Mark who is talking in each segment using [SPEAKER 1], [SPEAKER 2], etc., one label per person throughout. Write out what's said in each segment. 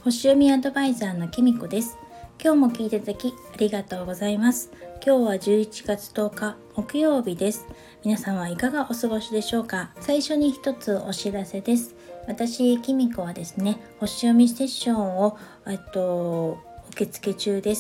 [SPEAKER 1] 星読みアドバイザーのきみこです。今日も聞いていただきありがとうございます。今日は11月10日木曜日です。皆さんはいかがお過ごしでしょうか。最初に一つお知らせです。私きみこはですね、星読みセッションを受付中です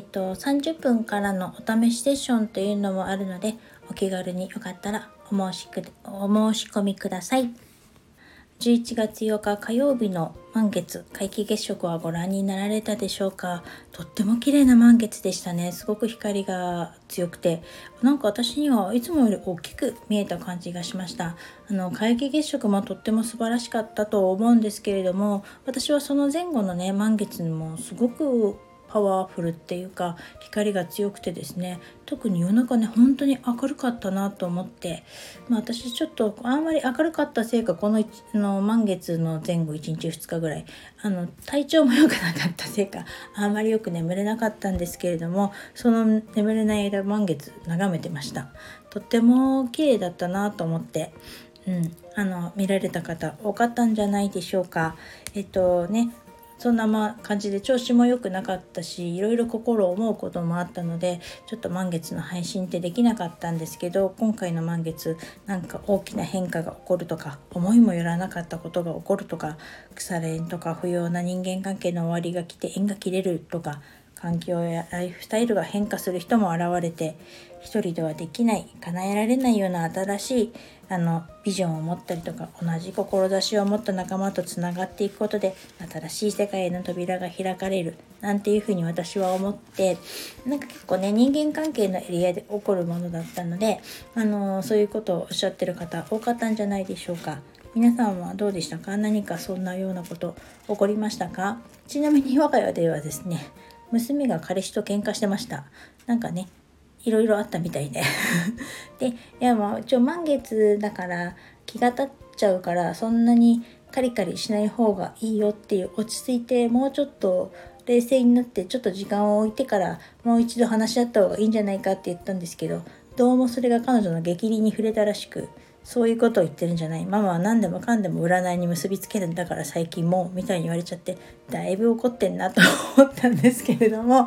[SPEAKER 1] 。30分からのお試しセッションというのもあるので、お気軽によかったらお申し込みください。11月8日火曜日の満月皆既月食はご覧になられたでしょうか。とっても綺麗な満月でしたね。すごく光が強くて、なんか私にはいつもより大きく見えた感じがしました。皆既月食もとっても素晴らしかったと思うんですけれども、私はその前後のね満月もすごくパワフルっていうか光が強くてですね、特に夜中ね本当に明るかったなと思って、私ちょっとあんまり明るかったせいかこの満月の前後1日2日ぐらい体調も良くなかったせいかあんまりよく眠れなかったんですけれども、その眠れない間満月眺めてました。とっても綺麗だったなと思って、見られた方多かったんじゃないでしょうか。そんな感じで調子も良くなかったし、いろいろ心を思うこともあったので、ちょっと満月の配信ってできなかったんですけど、今回の満月なんか大きな変化が起こるとか、思いもよらなかったことが起こるとか、腐れ縁とか不要な人間関係の終わりが来て縁が切れるとか、環境やライフスタイルが変化する人も現れて、一人ではできない叶えられないような新しいビジョンを持ったりとか、同じ志を持った仲間とつながっていくことで新しい世界への扉が開かれるなんていうふうに私は思って、結構ね人間関係のエリアで起こるものだったので、そういうことをおっしゃってる方多かったんじゃないでしょうか。皆さんはどうでしたか。何かそんなようなこと起こりましたか。ちなみに我が家ではですね、娘が彼氏と喧嘩してました。いろいろあったみたいでで、満月だから気が立っちゃうから、そんなにカリカリしない方がいいよっていう、落ち着いてもうちょっと冷静になってちょっと時間を置いてからもう一度話し合った方がいいんじゃないかって言ったんですけど、どうもそれが彼女の逆鱗に触れたらしく、そういうことを言ってるんじゃない、ママは何でもかんでも占いに結びつけるんだから最近もみたいに言われちゃって、だいぶ怒ってんなと思ったんですけれども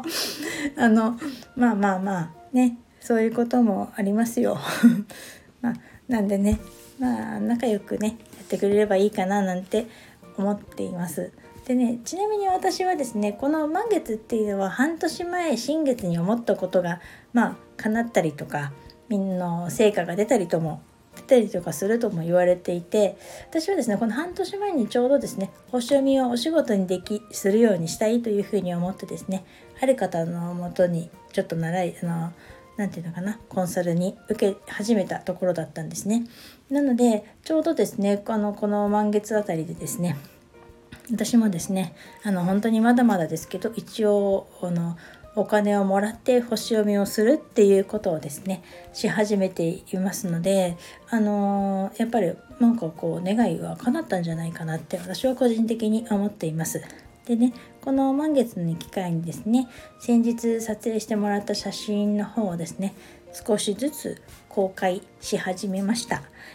[SPEAKER 1] ね、そういうこともありますよなんでね、仲良くねやってくれればいいかななんて思っています。でね、ちなみに私はですね、この満月っていうのは半年前新月に思ったことが叶ったりとか、みんなの成果が出たりとかするとも言われていて、私はですねこの半年前にちょうどですね星読みをお仕事にするようにしたいというふうに思ってですね、ある方のもとにちょっとコンサルに受け始めたところだったんですね。なのでちょうどですねこの満月あたりでですね、私もですね本当にまだまだですけど、一応お金をもらって星読みをするっていうことをですねし始めていますので、やっぱり願いは叶ったんじゃないかなって私は個人的に思っています。でね、この満月の機会にですね、先日撮影してもらった写真の方をですね少しずつ公開し始めました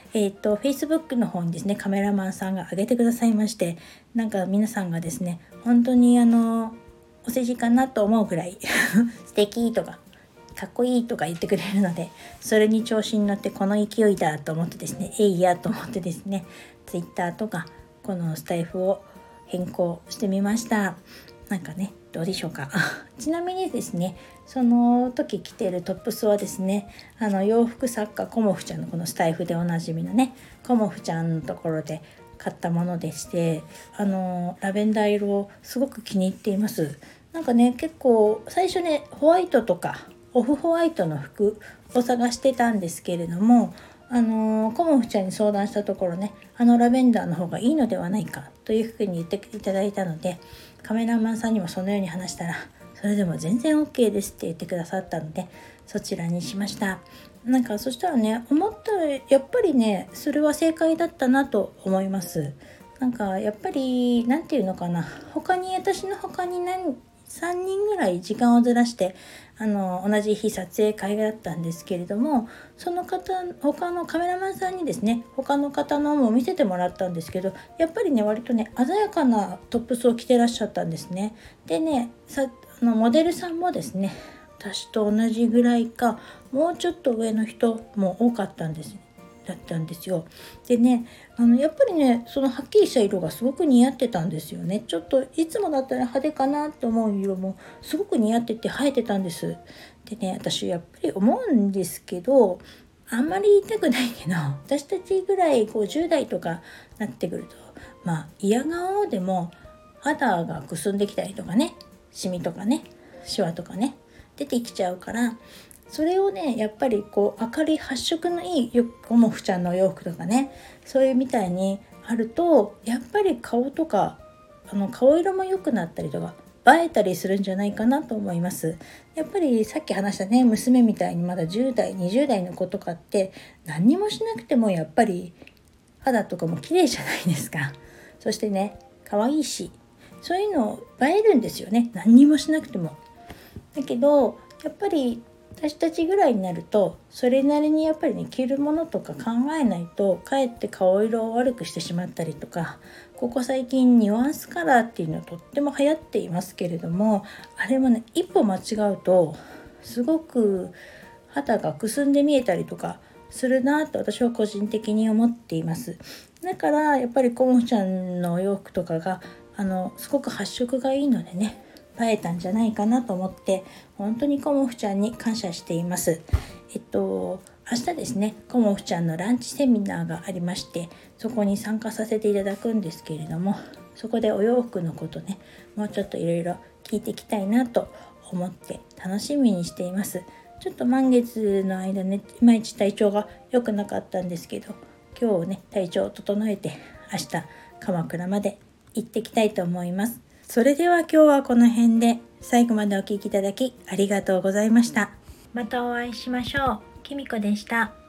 [SPEAKER 1] 。Facebook の方にですねカメラマンさんが上げてくださいまして、皆さんがですね本当にお世辞かなと思うぐらい素敵とかかっこいいとか言ってくれるので、それに調子に乗ってこの勢いだと思ってですね、いやと思ってですね Twitter とかこのスタイフを変更してみました。どうでしょうかちなみにですね、その時着てるトップスはですね、洋服作家コモフちゃんのこのスタイフでおなじみのねコモフちゃんのところで買ったものでして、ラベンダー色をすごく気に入っています。結構最初ねホワイトとかオフホワイトの服を探してたんですけれども、コモフちゃんに相談したところね、ラベンダーの方がいいのではないかというふうに言っていただいたので、カメラマンさんにもそのように話したら、それでも全然 OK ですって言ってくださったのでそちらにしました。そしたらね、思ったらやっぱりねそれは正解だったなと思います。やっぱり私の他に 3人ぐらい時間をずらして同じ日撮影会があったんですけれども、その方他のカメラマンさんにですね他の方のも見せてもらったんですけど、やっぱりね割とね鮮やかなトップスを着てらっしゃったんですね。でねモデルさんもですね私と同じぐらいかもうちょっと上の人も多かったんですよ。でねやっぱりねそのはっきりした色がすごく似合ってたんですよね。ちょっといつもだったら派手かなと思う色もすごく似合ってて映えてたんです。でね私やっぱり思うんですけど、あんまり言いたくないけど私たちぐらい50代とかなってくると嫌顔でも肌がくすんできたりとかね、シミとかねシワとかね出てきちゃうから、それをねやっぱり明るい発色のいいコモフちゃんのお洋服とかね、そういうみたいにあるとやっぱり顔とか顔色も良くなったりとか映えたりするんじゃないかなと思います。やっぱりさっき話したね娘みたいにまだ10代20代の子とかって何にもしなくてもやっぱり肌とかも綺麗じゃないですか。そしてね可愛いし、そういうの映えるんですよね、何にもしなくても。だけどやっぱり私たちぐらいになるとそれなりにやっぱりね着るものとか考えないとかえって顔色を悪くしてしまったりとか、ここ最近ニュアンスカラーっていうのはとっても流行っていますけれども、あれもね一歩間違うとすごく肌がくすんで見えたりとかするなと私は個人的に思っています。だからやっぱりコモフちゃんのお洋服とかがすごく発色がいいのでね映えたんじゃないかなと思って本当にコモフちゃんに感謝しています。明日ですねコモフちゃんのランチセミナーがありまして、そこに参加させていただくんですけれども、そこでお洋服のことねもうちょっといろいろ聞いていきたいなと思って楽しみにしています。ちょっと満月の間ねいまいち体調が良くなかったんですけど、今日ね体調を整えて明日鎌倉まで行ってきたいと思います。それでは今日はこの辺で、最後までお聞きいただきありがとうございました。またお会いしましょう。きみこでした。